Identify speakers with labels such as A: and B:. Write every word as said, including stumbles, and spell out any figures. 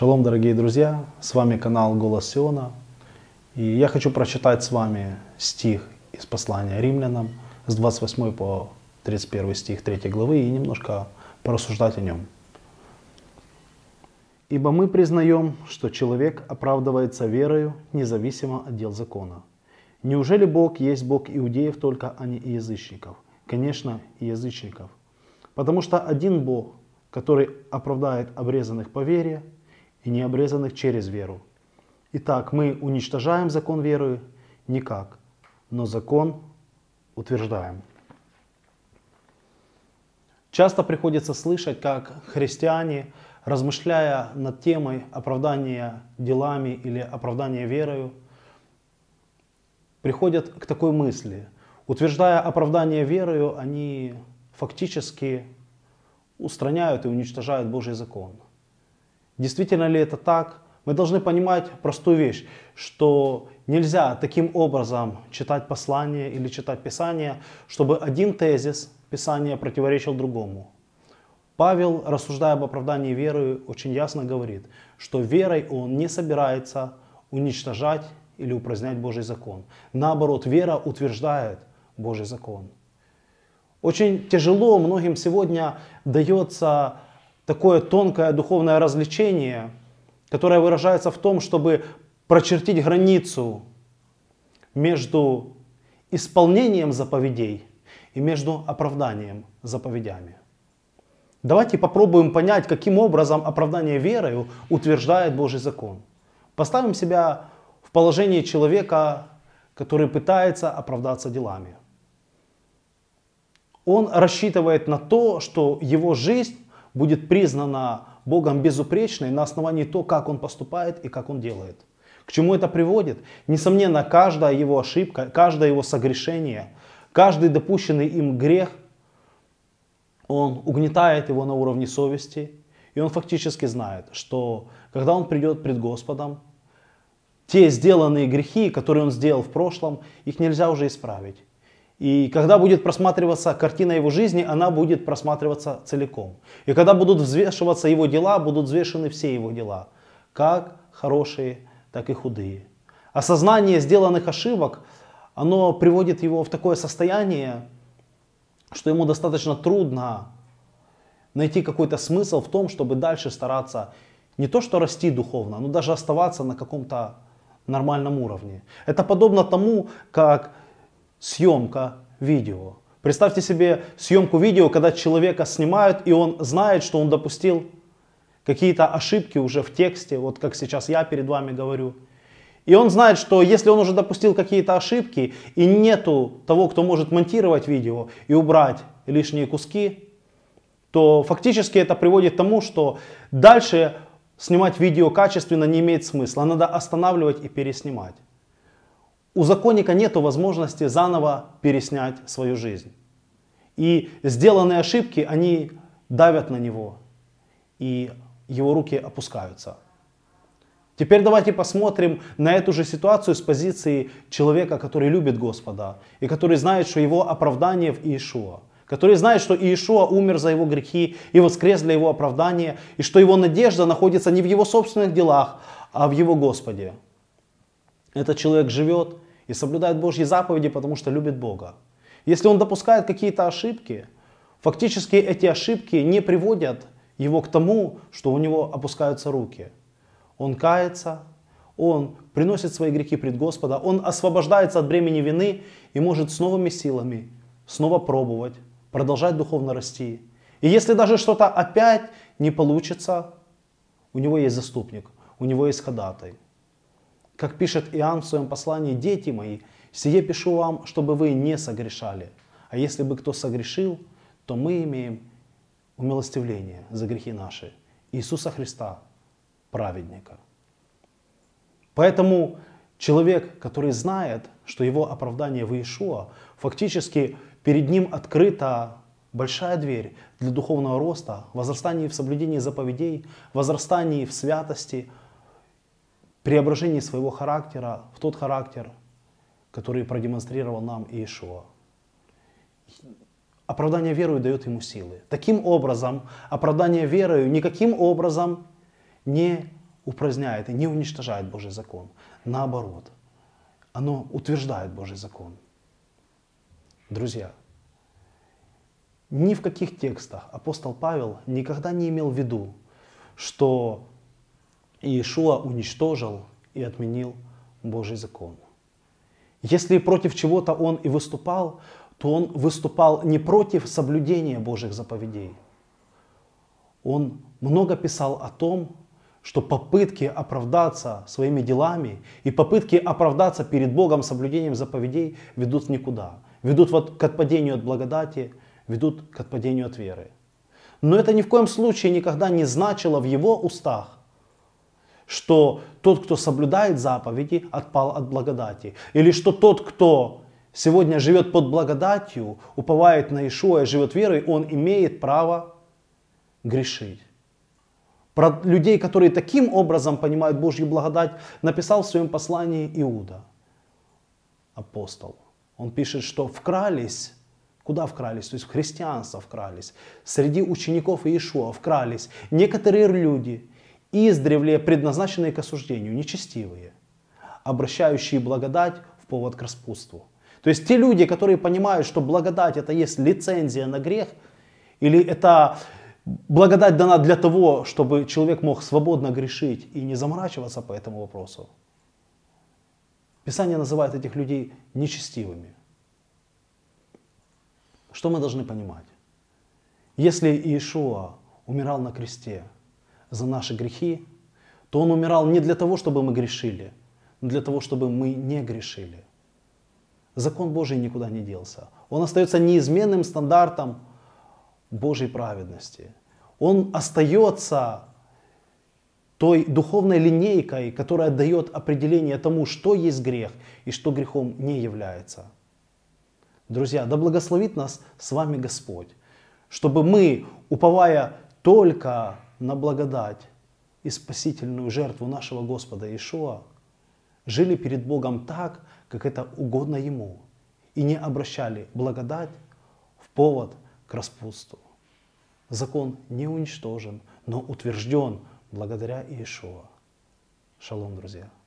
A: Шалом, дорогие друзья, с вами канал Голос Сиона, и я хочу прочитать с вами стих из послания Римлянам с двадцать восьмого по тридцать первый стих третьей главы и немножко порассуждать о нем. «Ибо мы признаем, что человек оправдывается верою, независимо от дел закона. Неужели Бог есть Бог иудеев только, а не и язычников? Конечно, и язычников. Потому что один Бог, который оправдает обрезанных по вере, и необрезанных через веру. Итак, мы уничтожаем закон верою? Никак, но закон утверждаем». Часто приходится слышать, как христиане, размышляя над темой оправдания делами или оправдания верою, приходят к такой мысли. Утверждая оправдание верою, они фактически устраняют и уничтожают Божий закон. Действительно ли это так? Мы должны понимать простую вещь, что нельзя таким образом читать послание или читать Писание, чтобы один тезис Писания противоречил другому. Павел, рассуждая об оправдании веры, очень ясно говорит, что верой он не собирается уничтожать или упразднять Божий закон. Наоборот, вера утверждает Божий закон. Очень тяжело многим сегодня дается такое тонкое духовное развлечение, которое выражается в том, чтобы прочертить границу между исполнением заповедей и между оправданием заповедями. Давайте попробуем понять, каким образом оправдание верою утверждает Божий закон. Поставим себя в положение человека, который пытается оправдаться делами. Он рассчитывает на то, что его жизнь будет признана Богом безупречной на основании того, как он поступает и как он делает. К чему это приводит? Несомненно, каждая его ошибка, каждое его согрешение, каждый допущенный им грех, он угнетает его на уровне совести. И он фактически знает, что когда он придет пред Господом, те сделанные грехи, которые он сделал в прошлом, их нельзя уже исправить. И когда будет просматриваться картина его жизни, она будет просматриваться целиком. И когда будут взвешиваться его дела, будут взвешены все его дела. Как хорошие, так и худые. Осознание сделанных ошибок, оно приводит его в такое состояние, что ему достаточно трудно найти какой-то смысл в том, чтобы дальше стараться не то что расти духовно, но даже оставаться на каком-то нормальном уровне. Это подобно тому, как съемка видео. Представьте себе съемку видео, когда человека снимают, и он знает, что он допустил какие-то ошибки уже в тексте, вот как сейчас я перед вами говорю. И он знает, что если он уже допустил какие-то ошибки, и нету того, кто может монтировать видео и убрать лишние куски, то фактически это приводит к тому, что дальше снимать видео качественно не имеет смысла. Надо останавливать и переснимать. У законника нет возможности заново переснять свою жизнь. И сделанные ошибки, они давят на него, и его руки опускаются. Теперь давайте посмотрим на эту же ситуацию с позиции человека, который любит Господа, и который знает, что его оправдание в Иешуа. Который знает, что Иешуа умер за его грехи и воскрес для его оправдания, и что его надежда находится не в его собственных делах, а в его Господе. Этот человек живет и соблюдает Божьи заповеди, потому что любит Бога. Если он допускает какие-то ошибки, фактически эти ошибки не приводят его к тому, что у него опускаются руки. Он кается, он приносит свои грехи пред Господа, он освобождается от бремени вины и может с новыми силами снова пробовать, продолжать духовно расти. И если даже что-то опять не получится, у него есть заступник, у него есть ходатай. Как пишет Иоанн в своем послании: «Дети мои, сие пишу вам, чтобы вы не согрешали. А если бы кто согрешил, то мы имеем умилостивление за грехи наши, Иисуса Христа, праведника». Поэтому человек, который знает, что его оправдание в Иешуа, фактически перед ним открыта большая дверь для духовного роста, возрастания в соблюдении заповедей, возрастании в святости, преображении своего характера в тот характер, который продемонстрировал нам Иешуа. Оправдание верою дает ему силы. Таким образом, оправдание верою никаким образом не упраздняет и не уничтожает Божий закон. Наоборот, оно утверждает Божий закон. Друзья, ни в каких текстах апостол Павел никогда не имел в виду, что Иешуа уничтожил и отменил Божий закон. Если против чего-то он и выступал, то он выступал не против соблюдения Божьих заповедей. Он много писал о том, что попытки оправдаться своими делами и попытки оправдаться перед Богом соблюдением заповедей ведут в никуда. Ведут вот к отпадению от благодати, ведут к отпадению от веры. Но это ни в коем случае никогда не значило в его устах, что тот, кто соблюдает заповеди, отпал от благодати. Или что тот, кто сегодня живет под благодатью, уповает на Иешуа и живет верой, он имеет право грешить. Про людей, которые таким образом понимают Божью благодать, написал в своем послании Иуда, апостол. Он пишет, что вкрались, куда вкрались? То есть в христианство вкрались. Среди учеников Иешуа вкрались некоторые люди, издревле предназначенные к осуждению, нечестивые, обращающие благодать в повод к распутству. То есть те люди, которые понимают, что благодать это есть лицензия на грех, или это благодать дана для того, чтобы человек мог свободно грешить и не заморачиваться по этому вопросу. Писание называет этих людей нечестивыми. Что мы должны понимать? Если Иешуа умирал на кресте за наши грехи, то Он умирал не для того, чтобы мы грешили, но для того, чтобы мы не грешили. Закон Божий никуда не делся. Он остается неизменным стандартом Божьей праведности. Он остается той духовной линейкой, которая дает определение тому, что есть грех и что грехом не является. Друзья, да благословит нас с вами Господь, чтобы мы, уповая только на благодать и спасительную жертву нашего Господа Иешуа, жили перед Богом так, как это угодно Ему, и не обращали благодать в повод к распутству. Закон не уничтожен, но утвержден благодаря Иешуа. Шалом, друзья.